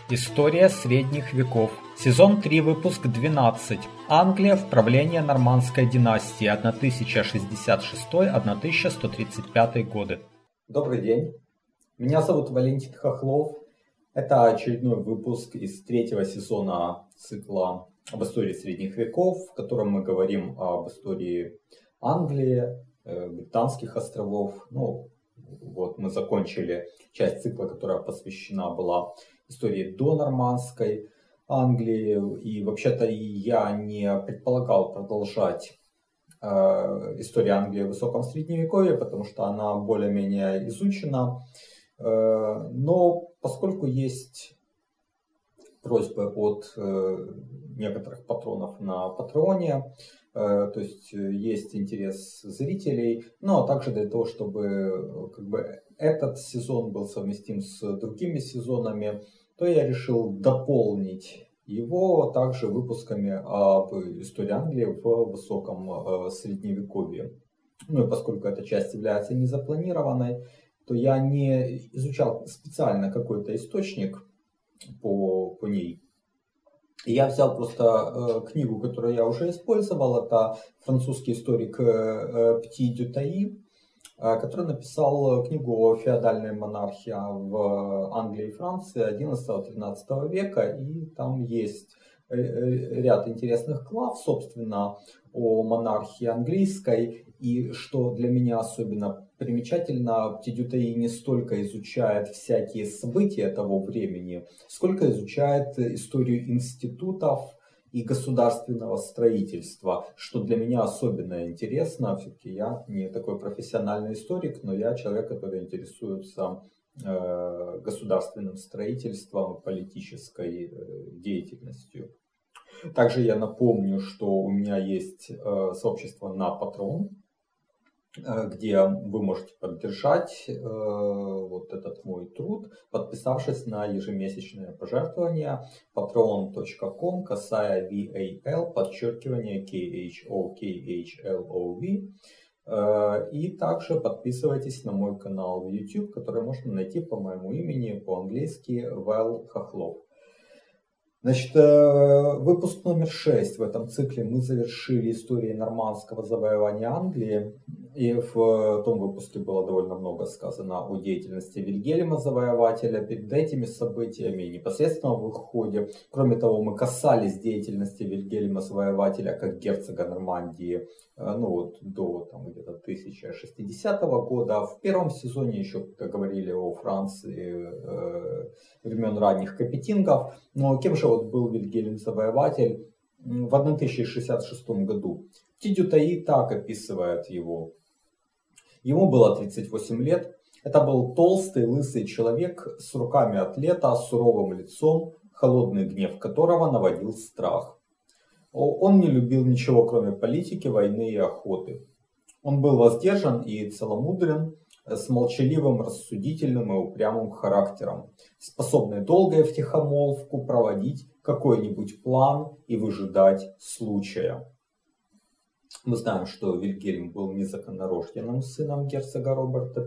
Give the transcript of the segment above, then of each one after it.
История средних веков. Сезон 3, выпуск 12. Англия в правление нормандской династии 1066-1135 годы. Добрый день. Меня зовут Валентин Хохлов. Это очередной выпуск из третьего сезона цикла об истории средних веков, в котором мы говорим об истории Англии, Британских островов. Мы закончили часть цикла, которая посвящена была истории донормандской Англии. И вообще-то я не предполагал продолжать историю Англии в высоком средневековье, потому что она более-менее изучена. Но поскольку есть просьбы от некоторых патронов на Патреоне, то есть есть интерес зрителей, а также для того, чтобы этот сезон был совместим с другими сезонами, то я решил дополнить его также выпусками об истории Англии в высоком средневековье. И поскольку эта часть является незапланированной, то я не изучал специально какой-то источник по ней. И я взял просто книгу, которую я уже использовал. Это французский историк Пти Дютаи, который написал книгу о феодальной монархии в Англии и Франции XI-XIII века. И там есть ряд интересных глав, собственно, о монархии английской. И что для меня особенно примечательно, Пти Дютаи не столько изучает всякие события того времени, сколько изучает историю институтов и государственного строительства, что для меня особенно интересно. Все-таки я не такой профессиональный историк, но я человек, который интересуется государственным строительством, политической деятельностью. Также я напомню, что у меня есть сообщество на Patreon, где вы можете поддержать вот этот мой труд, подписавшись на ежемесячное пожертвование patreon.com /VAL KHOKHLOV. И также подписывайтесь на мой канал в YouTube, который можно найти по моему имени по-английски Вэл Хохлов. Значит, выпуск номер 6 в этом цикле мы завершили историю нормандского завоевания Англии. И в том выпуске было довольно много сказано о деятельности Вильгельма Завоевателя перед этими событиями и непосредственно в их ходе. Кроме того, мы касались деятельности Вильгельма Завоевателя как герцога Нормандии до где-то 1060 года. В первом сезоне еще говорили о Франции времен ранних капетингов. Но кем же был Вильгельм Завоеватель в 1066 году? Пти Дютаи так описывает его. Ему было 38 лет. Это был толстый, лысый человек с руками атлета, суровым лицом, холодный гнев которого наводил страх. Он не любил ничего, кроме политики, войны и охоты. Он был воздержан и целомудрен, с молчаливым, рассудительным и упрямым характером, способный долго и втихомолвку проводить какой-нибудь план и выжидать случая. Мы знаем, что Вильгельм был незаконнорожденным сыном герцога Роберта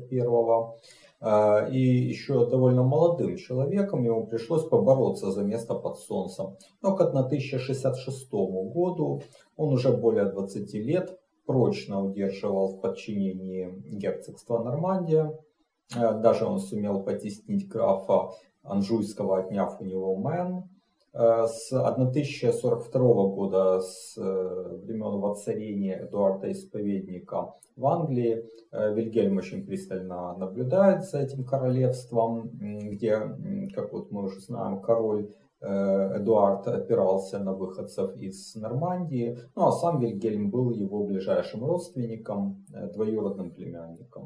I и еще довольно молодым человеком. Ему пришлось побороться за место под солнцем. Но к 1066 году он уже более 20 лет прочно удерживал в подчинении герцогства Нормандия. Даже он сумел потеснить графа Анжуйского, отняв у него Мэн. С 1042 года, с времен воцарения Эдуарда Исповедника в Англии, Вильгельм очень пристально наблюдает за этим королевством, где, как мы уже знаем, король Эдуард опирался на выходцев из Нормандии, а сам Вильгельм был его ближайшим родственником, двоюродным племянником.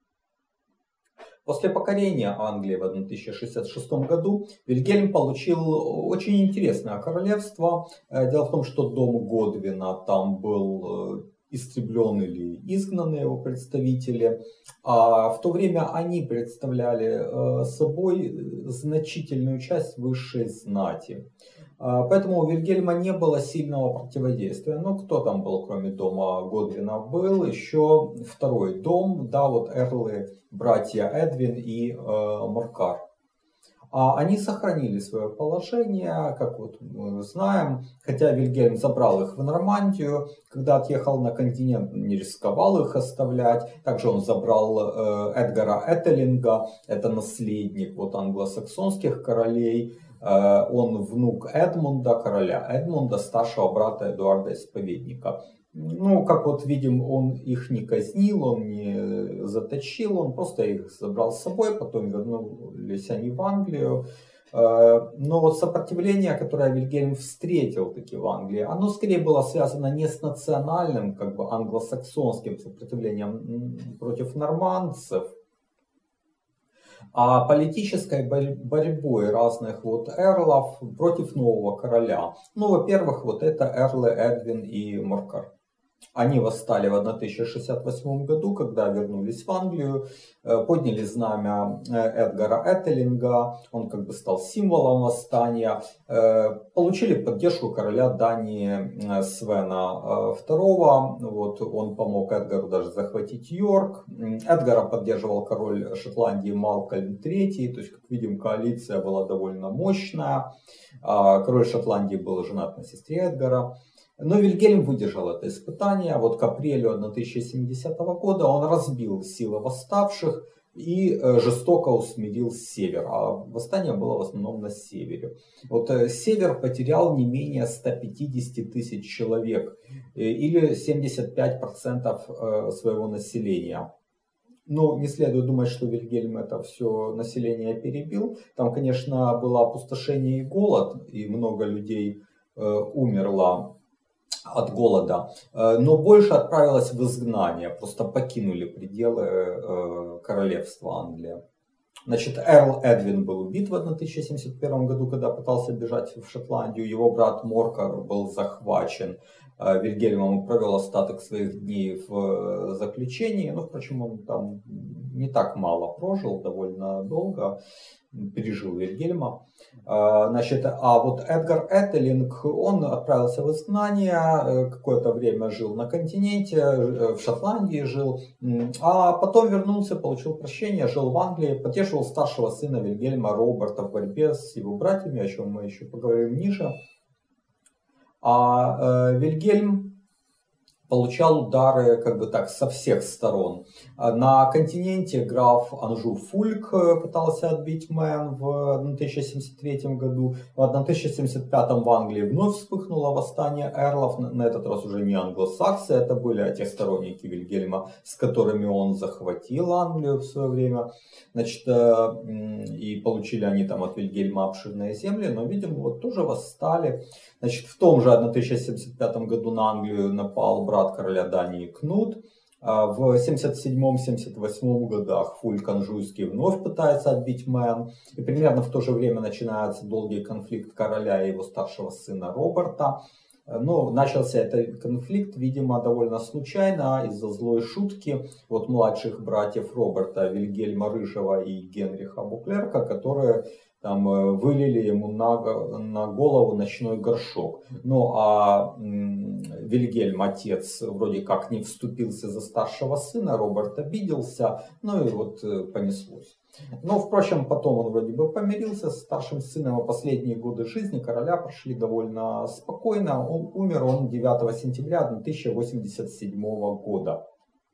После покорения Англии в 1066 году Вильгельм получил очень интересное королевство. Дело в том, что дом Годвина там был истреблен или изгнаны его представители. А в то время они представляли собой значительную часть высшей знати. Поэтому у Вильгельма не было сильного противодействия. Но кто там был, кроме дома Годвина? Был еще второй дом, эрлы, братья Эдвин и Моркар. они сохранили свое положение, как вот мы знаем, хотя Вильгельм забрал их в Нормандию, когда отъехал на континент, не рисковал их оставлять. Также он забрал Эдгара Этелинга, это наследник вот англосаксонских королей. Он внук Эдмунда, короля Эдмунда, старшего брата Эдуарда Исповедника. Ну, как вот видим, он их не казнил, он не заточил, он просто их забрал с собой, потом вернулись они в Англию. Но вот сопротивление, которое Вильгельм встретил таки в Англии, оно скорее было связано не с национальным, как бы англосаксонским сопротивлением против нормандцев, а политической борьбой разных вот эрлов против нового короля. Ну, во-первых, вот это эрлы Эдвин и Моркар. Они восстали в 1068 году, когда вернулись в Англию, подняли знамя Эдгара Этелинга, он как бы стал символом восстания, получили поддержку короля Дании Свена II, вот, он помог Эдгару даже захватить Йорк, Эдгара поддерживал король Шотландии Малкольм III, то есть, как видим, коалиция была довольно мощная, король Шотландии был женат на сестре Эдгара. Но Вильгельм выдержал это испытание. Вот к апрелю 1070 года он разбил силы восставших и жестоко усмирил север. А восстание было в основном на севере. Вот север потерял не менее 150 тысяч человек или 75% своего населения. Но не следует думать, что Вильгельм это все население перебил. Там, конечно, было опустошение и голод, и много людей умерло от голода, но больше отправилась в изгнание, просто покинули пределы королевства Англия. Значит, Эрл Эдвин был убит в 1071 году, когда пытался бежать в Шотландию. Его брат Моркар был захвачен Вильгельмом и провел остаток своих дней в заключении. Ну, впрочем, он там не так мало прожил, довольно долго пережил Вильгельма. Значит, а вот Эдгар Этелинг, он отправился в изгнание, какое-то время жил на континенте, в Шотландии жил, а потом вернулся, получил прощение, жил в Англии, поддерживал старшего сына Вильгельма Роберта в борьбе с его братьями, о чем мы еще поговорим ниже. А Вильгельм получал удары как бы так со всех сторон. На континенте граф Анжу Фульк пытался отбить Мэн в 1073 году. В 1075 в Англии вновь вспыхнуло восстание эрлов. На этот раз уже не англосаксы, это были те сторонники Вильгельма, с которыми он захватил Англию в свое время. Значит, и получили они там от Вильгельма обширные земли, но, видимо, вот тоже восстали. Значит, в том же 1075 году на Англию напал брат короля Дании Кнут. В 77-78 годах Фульк Анжуйский вновь пытается отбить Мэн. И примерно в то же время начинается долгий конфликт короля и его старшего сына Роберта. Но начался этот конфликт, видимо, довольно случайно из-за злой шутки от младших братьев Роберта, Вильгельма Рыжего и Генриха Буклерка, которые там вылили ему на голову ночной горшок. Ну а Вильгельм, отец, вроде как не вступился за старшего сына, Роберт обиделся, ну и вот понеслось. Но, впрочем, потом он вроде бы помирился с старшим сыном, а последние годы жизни короля прошли довольно спокойно. Умер он 9 сентября 1087 года.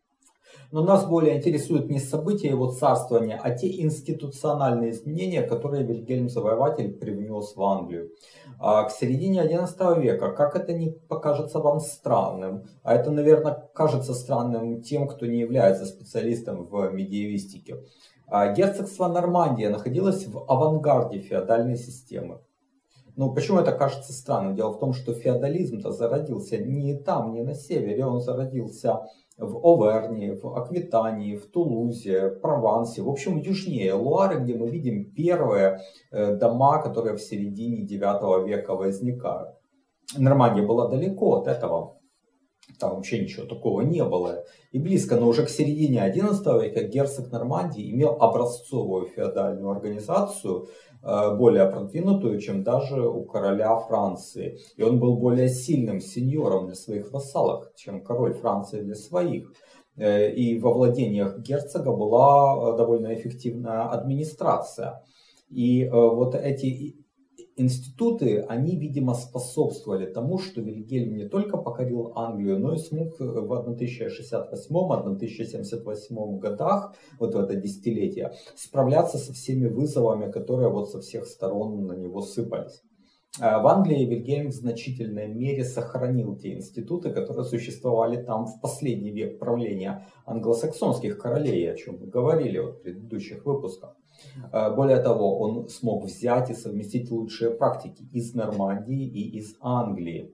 Но нас более интересуют не события его царствования, а те институциональные изменения, которые Вильгельм Завоеватель привнес в Англию. К середине XI века, как это не покажется вам странным, а это, наверное, кажется странным тем, кто не является специалистом в медиевистике, герцогство Нормандия находилось в авангарде феодальной системы. Ну, почему это кажется странным? Дело в том, что феодализм-то зародился не там, не на севере, он зародился в Оверне, в Аквитании, в Тулузе, Провансе, в общем, южнее Луары, где мы видим первые дома, которые в середине IX века возникают. Нормандия была далеко от этого. Там вообще ничего такого не было и близко, но уже к середине XI века герцог Нормандии имел образцовую феодальную организацию, более продвинутую, чем даже у короля Франции. И он был более сильным сеньором для своих вассалов, чем король Франции для своих. И во владениях герцога была довольно эффективная администрация. И вот эти институты, они, видимо, способствовали тому, что Вильгельм не только покорил Англию, но и смог в 1068-1078 годах, вот в это десятилетие, справляться со всеми вызовами, которые вот со всех сторон на него сыпались. В Англии Вильгельм в значительной мере сохранил те институты, которые существовали там в последний век правления англосаксонских королей, о чем мы говорили в предыдущих выпусках. Более того, он смог взять и совместить лучшие практики из Нормандии и из Англии.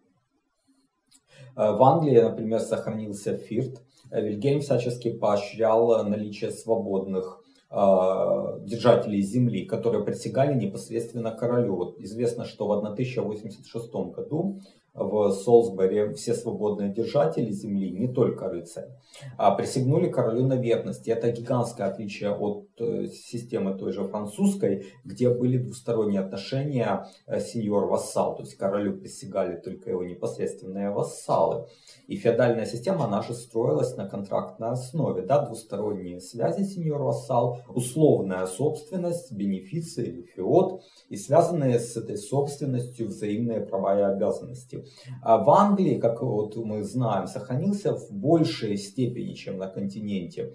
В Англии, например, сохранился фирт. Вильгельм всячески поощрял наличие свободных держателей земли, которые присягали непосредственно королю. Вот известно, что в 1086 году в Солсбери все свободные держатели земли, не только рыцари, присягнули королю на верность. И это гигантское отличие от системы той же французской, где были двусторонние отношения сеньор-вассал. То есть королю присягали только его непосредственные вассалы. И феодальная система, она же строилась на контрактной основе. Да, двусторонние связи сеньор-вассал, условная собственность, бенефиции или феод, и связанные с этой собственностью взаимные права и обязанности. А в Англии, как вот мы знаем, сохранился в большей степени, чем на континенте,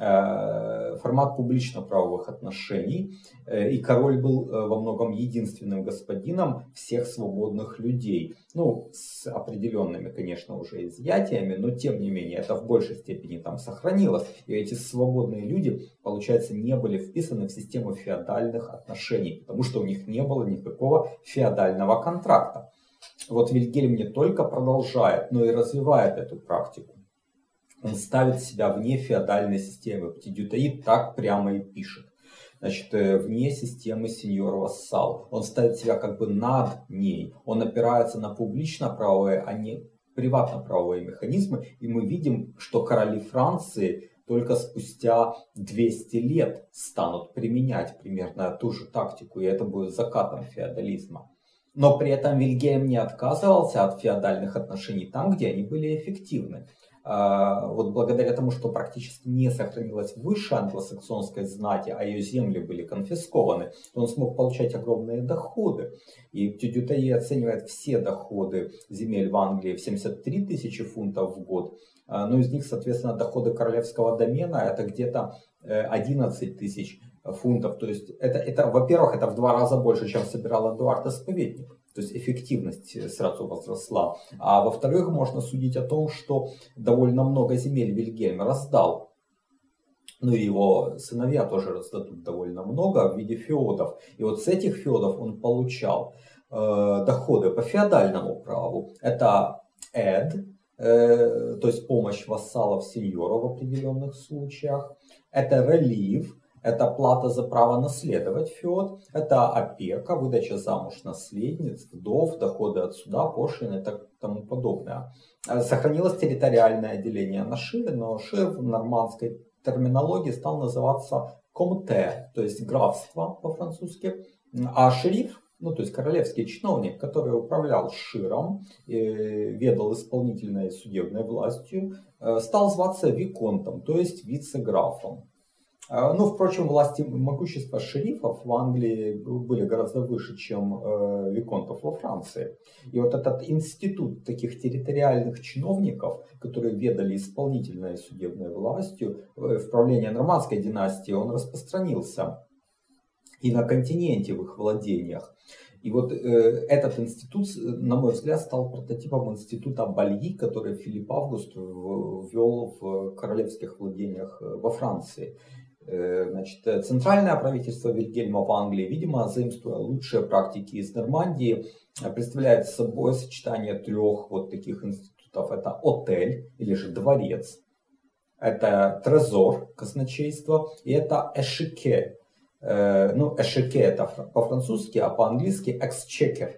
формат публично-правовых отношений, и король был во многом единственным господином всех свободных людей. Ну, с определенными, конечно, уже изъятиями, но тем не менее, это в большей степени там сохранилось. И эти свободные люди, получается, не были вписаны в систему феодальных отношений, потому что у них не было никакого феодального контракта. Вот Вильгельм не только продолжает, но и развивает эту практику. Он ставит себя вне феодальной системы. Птидютаид так прямо и пишет. Значит, вне системы сеньор-вассал. Он ставит себя как бы над ней. Он опирается на публично-правовые, а не приватно-правовые механизмы. И мы видим, что короли Франции только спустя 200 лет станут применять примерно ту же тактику. И это будет закатом феодализма. Но при этом Вильгельм не отказывался от феодальных отношений там, где они были эффективны. Вот благодаря тому, что практически не сохранилась высшая англосаксонская знати, а ее земли были конфискованы, то он смог получать огромные доходы. И Птидютаи оценивает все доходы земель в Англии в 73 тысячи фунтов в год. Но из них, соответственно, доходы королевского домена это где-то 11 тысяч фунтов. То есть это, во-первых, это в 2 раза больше, чем собирал Эдуард Исповедник. То есть эффективность сразу возросла. А во-вторых, можно судить о том, что довольно много земель Вильгельм раздал. Ну и его сыновья тоже раздадут довольно много в виде феодов. И вот с этих феодов он получал доходы по феодальному праву. Это эд, то есть помощь вассалов сеньора в определенных случаях. Это релив. Это плата за право наследовать феод, это опека, выдача замуж наследниц, вдов, доходы от суда, пошлины и тому подобное. Сохранилось территориальное деление на шир, но шир в нормандской терминологии стал называться комте, то есть графство по-французски, а шериф, ну то есть королевский чиновник, который управлял широм, ведал исполнительной и судебной властью, стал зваться виконтом, то есть вице-графом. Ну, впрочем, власти и могущество шерифов в Англии были гораздо выше, чем виконтов во Франции. И вот этот институт таких территориальных чиновников, которые ведали исполнительной и судебной властью в правлении нормандской династии, он распространился и на континенте в их владениях. И вот этот институт, на мой взгляд, стал прототипом института Бальи, который Филипп Август ввел в королевских владениях во Франции. Значит, центральное правительство Вильгельма в Англии, видимо, заимствуя лучшие практики из Нормандии, представляет собой сочетание 3 вот таких институтов. Это отель, или же дворец, это трезор, казначейство, и это эшике. Ну, эшике это по-французски, а по-английски exchequer.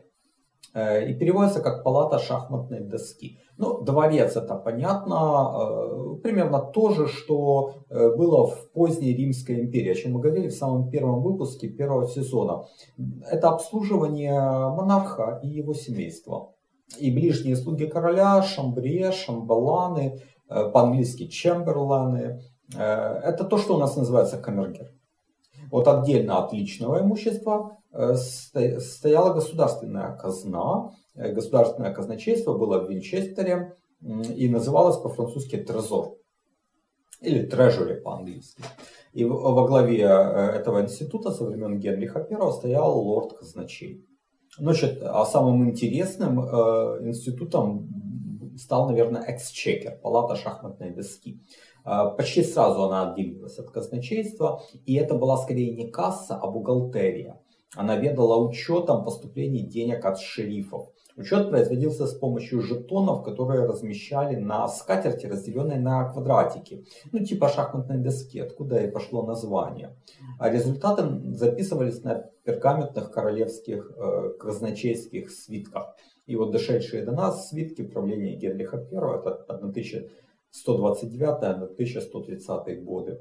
И переводится как палата шахматной доски. Ну, дворец это понятно, примерно то же, что было в поздней Римской империи, о чем мы говорили в самом первом выпуске первого сезона. Это обслуживание монарха и его семейства. И ближние слуги короля, шамбре, шамбаланы, по-английски чемберланы. Это то, что у нас называется камергер. Вот отдельно от личного имущества стояла государственная казна. Государственное казначейство было в Винчестере и называлось по-французски «трезор» или «treasury» по-английски. И во главе этого института со времен Генриха I стоял лорд-казначей. Значит, а самым интересным институтом стал, наверное, эксчекер, палата шахматной доски. Почти сразу она отделилась от казначейства, и это была скорее не касса, а бухгалтерия. Она ведала учетом поступлений денег от шерифов. Учет производился с помощью жетонов, которые размещали на скатерти, разделенной на квадратики. Ну, типа шахматной доски, откуда и пошло название. А результаты записывались на пергаментных королевских казначейских свитках. И вот дошедшие до нас свитки правления Генриха I, это 1129-1130 годы.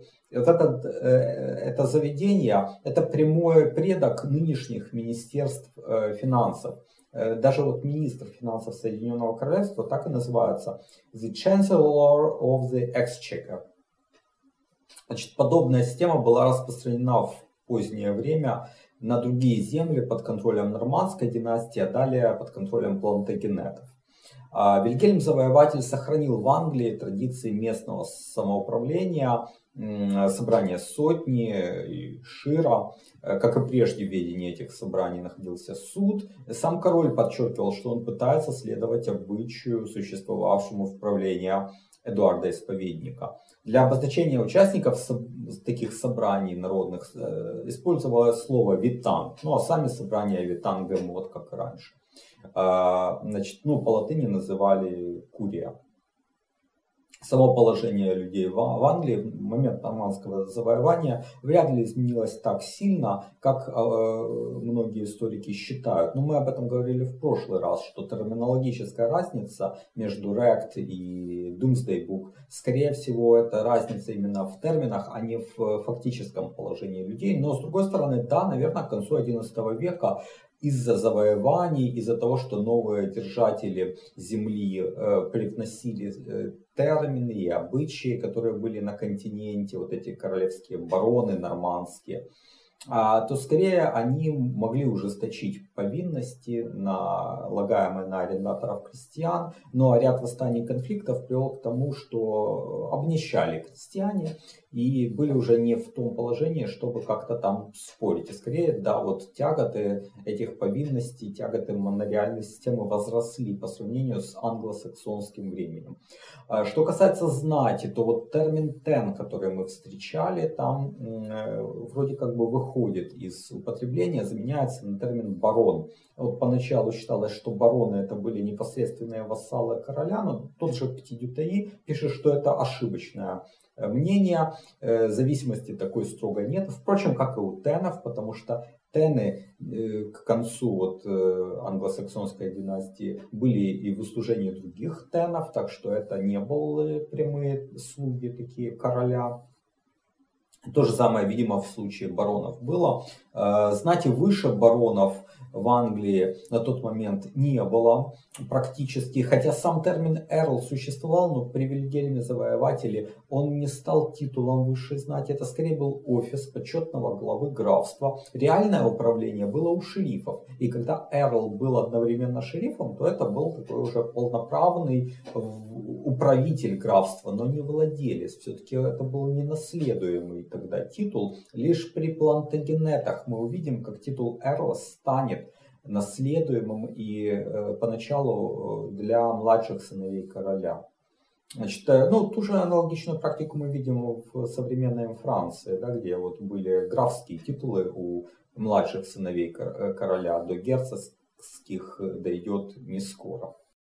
Это заведение, это прямой предок нынешних министерств финансов. Даже вот министр финансов Соединенного Королевства так и называется The Chancellor of the Exchequer. Значит, подобная система была распространена в позднее время на другие земли под контролем Нормандской династии, а далее под контролем Плантагенетов. Вильгельм Завоеватель сохранил в Англии традиции местного самоуправления, собрания сотни и шира. Как и прежде в ведении этих собраний находился суд. Сам король подчеркивал, что он пытается следовать обычаю, существовавшему в правлении Эдуарда Исповедника. Для обозначения участников таких собраний народных использовалось слово «витанг», ну а сами собрания «витангем», вот как и раньше. Значит, по латыни называли «курия». Само положение людей в Англии в момент нормандского завоевания вряд ли изменилось так сильно, как многие историки считают. Но мы об этом говорили в прошлый раз, что терминологическая разница между Рект и Domesday Book, скорее всего, это разница именно в терминах, а не в фактическом положении людей. Но с другой стороны, да, наверное, к концу XI века из-за завоеваний, из-за того, что новые держатели земли привносили термины и обычаи, которые были на континенте, вот эти королевские бароны нормандские, то скорее они могли ужесточить повинности, налагаемые на арендаторов крестьян, но ряд восстаний и конфликтов привел к тому, что обнищали крестьяне и были уже не в том положении, чтобы как-то там спорить. И скорее, да, вот тяготы этих повинностей, тяготы монархиальной системы возросли по сравнению с англосаксонским временем. Что касается знати, то вот термин «тен», который мы встречали, там вроде как бы выходит из употребления, заменяется на термин «барон». Вот поначалу считалось, что бароны это были непосредственные вассалы короля, но тот же Птидютаи пишет, что это ошибочное мнение, зависимости такой строго нет. Впрочем, как и у тенов, потому что тены к концу англосаксонской династии были и в услужении других тенов, так что это не были прямые слуги такие короля. То же самое, видимо, в случае баронов было. Знати выше баронов в Англии на тот момент не было практически, хотя сам термин «эрл» существовал, но при Вильгельме Завоевателе он не стал титулом высшей знати, это скорее был офис почетного главы графства. Реальное управление было у шерифов, и когда эрл был одновременно шерифом, то это был такой уже полноправный управитель графства, но не владелец. Все-таки это был ненаследуемый тогда титул. Лишь при Плантагенетах мы увидим, как титул эрла станет наследуемым и поначалу для младших сыновей короля. Значит, ту же аналогичную практику мы видим в современной Франции, да, где вот были графские титулы у младших сыновей короля, до герцогских дойдет не скоро.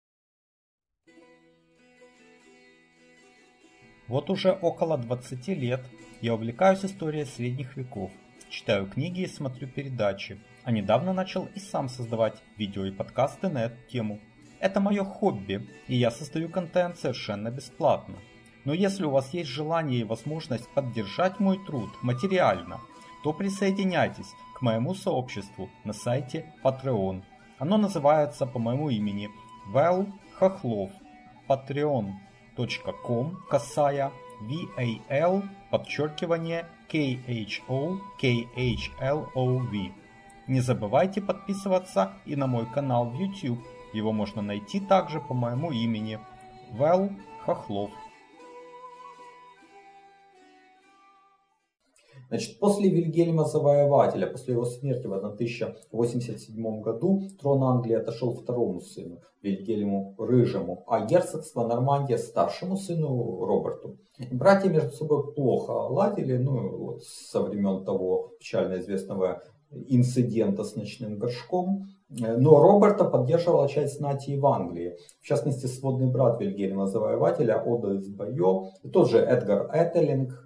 Вот уже около 20 лет я увлекаюсь историей средних веков, читаю книги и смотрю передачи, а недавно начал и сам создавать видео и подкасты на эту тему. Это мое хобби, и я создаю контент совершенно бесплатно. Но если у вас есть желание и возможность поддержать мой труд материально, то присоединяйтесь к моему сообществу на сайте Patreon. Оно называется по моему имени Вэл Хохлов. patreon.com VAL_KHOKHLOV. Не забывайте подписываться и на мой канал в YouTube. Его можно найти также по моему имени Вэл Хохлов. Значит, после Вильгельма Завоевателя, после его смерти в 1087 году, трон Англии отошел второму сыну, Вильгельму Рыжему, а герцогство Нормандия старшему сыну Роберту. Братья между собой плохо ладили, вот со времен того печально известного инцидента с ночным горшком. Но Роберта поддерживала часть знати и в Англии. В частности, сводный брат Вильгельма Завоевателя Одо из Байо, тот же Эдгар Этелинг.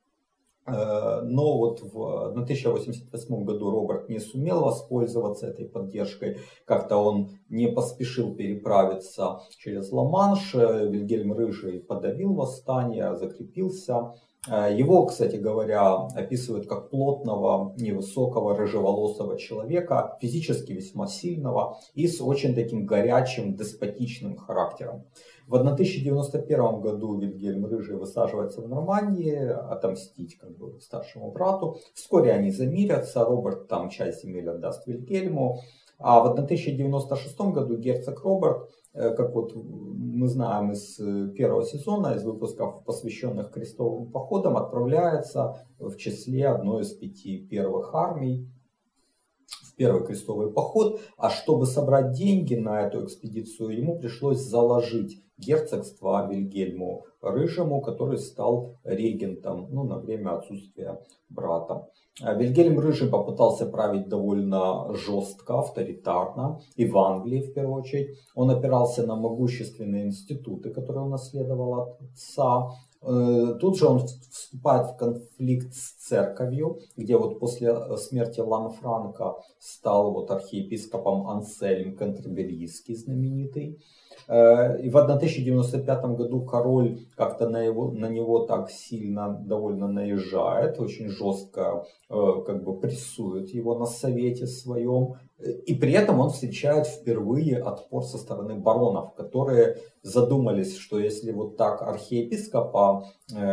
Но вот в 1088 году Роберт не сумел воспользоваться этой поддержкой. Как-то он не поспешил переправиться через Ла-Манш. Вильгельм Рыжий подавил восстание, закрепился. Его, кстати говоря, описывают как плотного, невысокого, рыжеволосого человека, физически весьма сильного и с очень таким горячим, деспотичным характером. В 1091 году Вильгельм Рыжий высаживается в Нормандии отомстить старшему брату. Вскоре они замирятся, Роберт там часть земель отдаст Вильгельму. А в 1096 году герцог Роберт, как вот мы знаем из первого сезона, из выпусков, посвященных крестовым походам, отправляется в числе одной из 5 первых армий в первый крестовый поход. А чтобы собрать деньги на эту экспедицию, ему пришлось заложить герцогство Вильгельму Рыжему, который стал регентом на время отсутствия брата. Вильгельм Рыжий попытался править довольно жестко, авторитарно, и в Англии в первую очередь. Он опирался на могущественные институты, которые он наследовал от отца. Тут же он вступает в конфликт с церковью, где вот после смерти Ланфранка стал архиепископом Ансельм Кентерберийский знаменитый. И в 1095 году король как-то на него так сильно довольно наезжает, очень жестко прессует его на совете своем. И при этом он встречает впервые отпор со стороны баронов, которые задумались, что если вот так архиепископа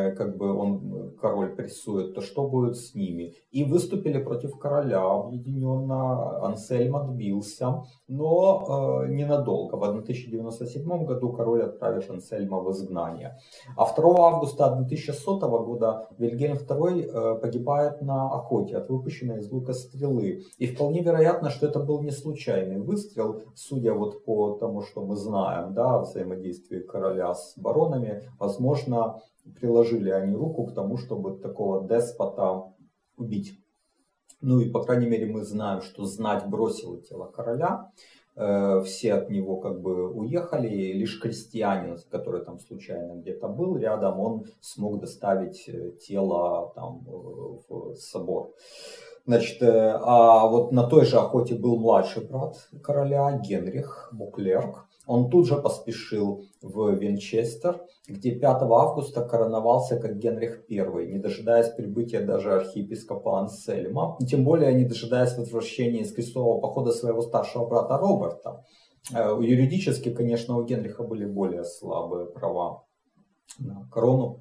король прессует, то что будет с ними? И выступили против короля объединенно. Ансельм отбился, но ненадолго. В 1097 году король отправит Ансельма в изгнание. А 2 августа 1100 года Вильгельм II погибает на охоте от выпущенной из лука стрелы. И вполне вероятно, что это был не случайный выстрел, судя по тому, что мы знаем, о взаимодействии короля с баронами. Возможно, приложили они руку к тому, чтобы такого деспота убить. И, по крайней мере, мы знаем, что знать бросила тело короля. Все от него уехали, и лишь крестьянин, который там случайно где-то был рядом, он смог доставить тело в собор. Значит, а вот на той же охоте был младший брат короля Генрих Буклерк. Он тут же поспешил в Винчестер, где 5 августа короновался как Генрих I, не дожидаясь прибытия даже архиепископа Ансельма, тем более не дожидаясь возвращения из крестового похода своего старшего брата Роберта. Юридически, конечно, у Генриха были более слабые права на корону,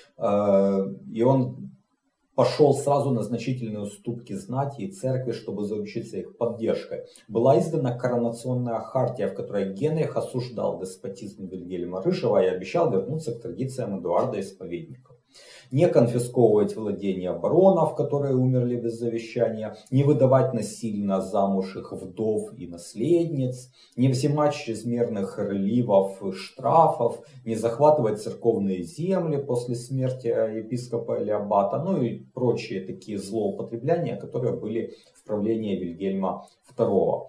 и он пошел сразу на значительные уступки знати и церкви, чтобы заручиться их поддержкой. Была издана коронационная хартия, в которой Генрих осуждал деспотизм Вильгельма Рыжего и обещал вернуться к традициям Эдуарда Исповедника. Не конфисковывать владения баронов, которые умерли без завещания, не выдавать насильно замуж их вдов и наследниц, не взимать чрезмерных реливов и штрафов, не захватывать церковные земли после смерти епископа или аббата, и прочие такие злоупотребления, которые были в правлении Вильгельма II.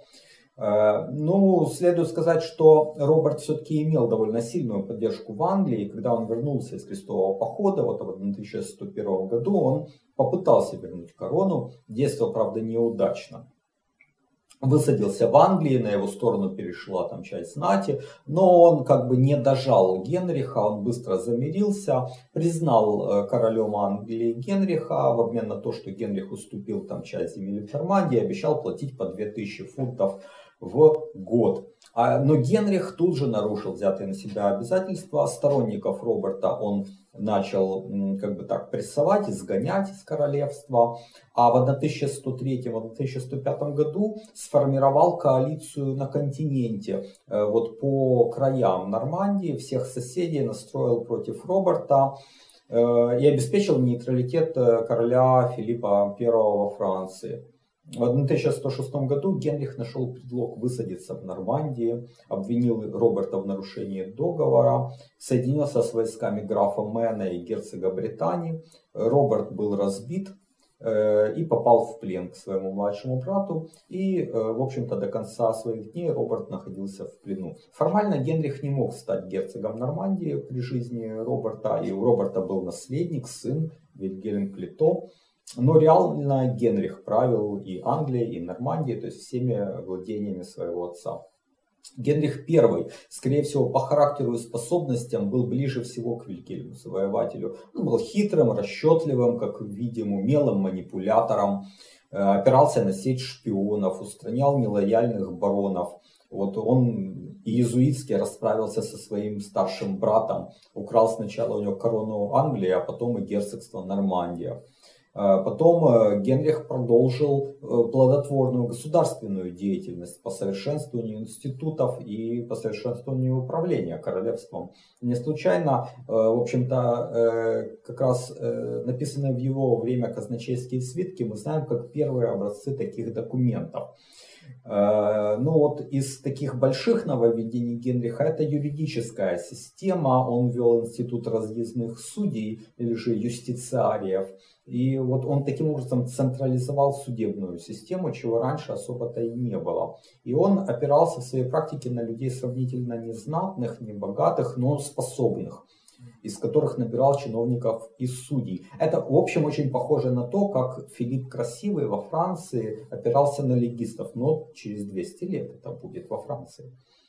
Следует сказать, что Роберт все-таки имел довольно сильную поддержку в Англии. Когда он вернулся из крестового похода, в 1101 году, он попытался вернуть корону. Действовал, правда, неудачно. Высадился в Англии, на его сторону перешла часть знати, но он не дожал Генриха, он быстро замирился, признал королем Англии Генриха в обмен на то, что Генрих уступил часть земель в Нормандии, обещал платить по 2000 фунтов в год. Но Генрих тут же нарушил взятые на себя обязательства. Сторонников Роберта он начал как бы так прессовать, изгонять из королевства. А в 1103-1105 году сформировал коалицию на континенте, вот по краям Нормандии, всех соседей настроил против Роберта и обеспечил нейтралитет короля Филиппа I во Франции. В 1106 году Генрих нашел предлог высадиться в Нормандии, обвинил Роберта в нарушении договора, соединился с войсками графа Мэна и герцога Британии. Роберт был разбит и попал в плен к своему младшему брату. И, в общем-то, до конца своих дней Роберт находился в плену. Формально Генрих не мог стать герцогом Нормандии при жизни Роберта, и у Роберта был наследник, сын Вильгельм Клито. Но реально Генрих правил и Англией, и Нормандией, то есть всеми владениями своего отца. Генрих I, скорее всего, по характеру и способностям был ближе всего к Вильгельму Завоевателю. Он был хитрым, расчетливым, как видим, умелым манипулятором, опирался на сеть шпионов, устранял нелояльных баронов. Вот он иезуитски расправился со своим старшим братом, украл сначала у него корону Англии, а потом и герцогство Нормандия. Потом Генрих продолжил плодотворную государственную деятельность по совершенствованию институтов и по совершенствованию управления королевством. Не случайно, в общем-то, как раз написанные в его время казначейские свитки мы знаем как первые образцы таких документов. Ну вот из таких больших нововведений Генриха это юридическая система. Он ввел институт разъездных судей или же юстициариев. И вот он таким образом централизовал судебную систему, чего раньше особо-то и не было. И он опирался в своей практике на людей сравнительно незнатных, небогатых, но способных, из которых набирал чиновников и судей. Это, в общем, очень похоже на то, как Филипп Красивый во Франции опирался на легистов, но через 200 лет это будет во Франции.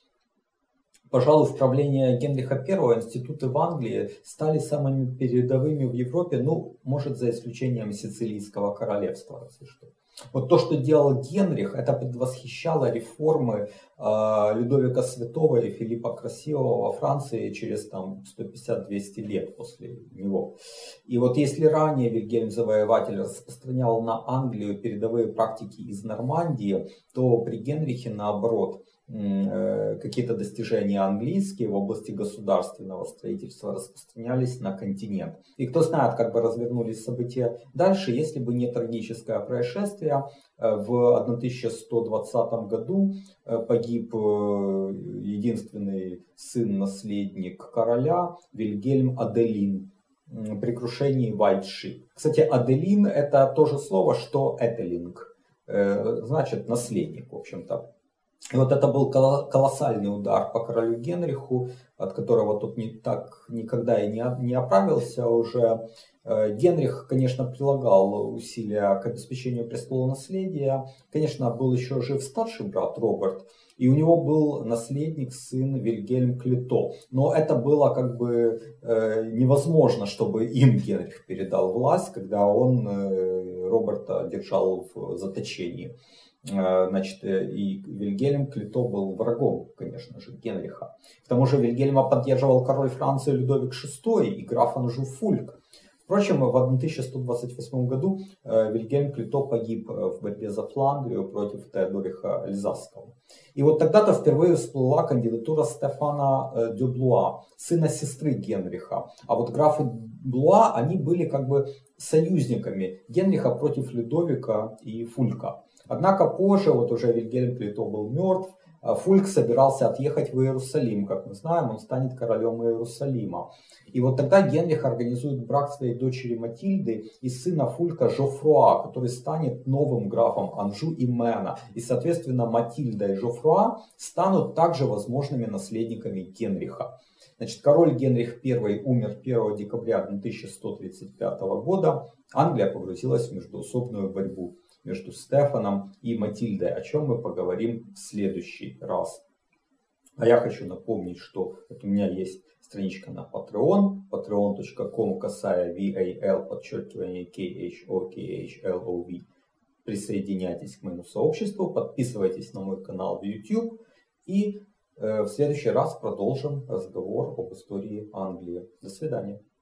Пожалуй, в правлении Генриха I институты в Англии стали самыми передовыми в Европе, ну, может, за исключением Сицилийского королевства, разве что. Вот то, что делал Генрих, это предвосхищало реформы Людовика Святого и Филиппа Красивого во Франции через 150-200 лет после него. И вот если ранее Вильгельм Завоеватель распространял на Англию передовые практики из Нормандии, то при Генрихе наоборот. Какие-то достижения английские в области государственного строительства распространялись на континент. И кто знает, как бы развернулись события дальше, если бы не трагическое происшествие. В 1120 году погиб единственный сын-наследник короля Вильгельм Аделин при крушении Вайтши. Кстати, Аделин это то же слово, что Этелинг, значит наследник, в общем-то. И вот это был колоссальный удар по королю Генриху, от которого тот никогда и не оправился уже. Генрих, конечно, прилагал усилия к обеспечению престола наследия. Конечно, был еще жив старший брат Роберт, и у него был наследник, сын Вильгельм Клито. Но это было как бы невозможно, чтобы им Генрих передал власть, когда он Роберта держал в заточении. Значит, и Вильгельм Клито был врагом, конечно же, Генриха. К тому же Вильгельма поддерживал король Франции Людовик VI и граф Анжу Фульк. Впрочем, в 1128 году Вильгельм Клито погиб в борьбе за Фландрию против Теодориха Эльзасского. И вот тогда-то впервые всплыла кандидатура Стефана де Блуа, сына сестры Генриха. А вот графы Блуа, они были как бы союзниками Генриха против Людовика и Фулька. Однако позже, вот уже Вильгельм Клито был мертв, Фульк собирался отъехать в Иерусалим. Как мы знаем, он станет королем Иерусалима. И вот тогда Генрих организует брак своей дочери Матильды и сына Фулька Жофруа, который станет новым графом Анжу и Мэна. И, соответственно, Матильда и Жофруа станут также возможными наследниками Генриха. Значит, король Генрих I умер 1 декабря 1135 года. Англия погрузилась в междоусобную борьбу между Стефаном и Матильдой, о чем мы поговорим в следующий раз. А я хочу напомнить, что вот у меня есть страничка на Patreon, patreon.com, _VAL_KHOKHLOV. присоединяйтесь к моему сообществу, подписывайтесь на мой канал в YouTube и в следующий раз продолжим разговор об истории Англии. До свидания.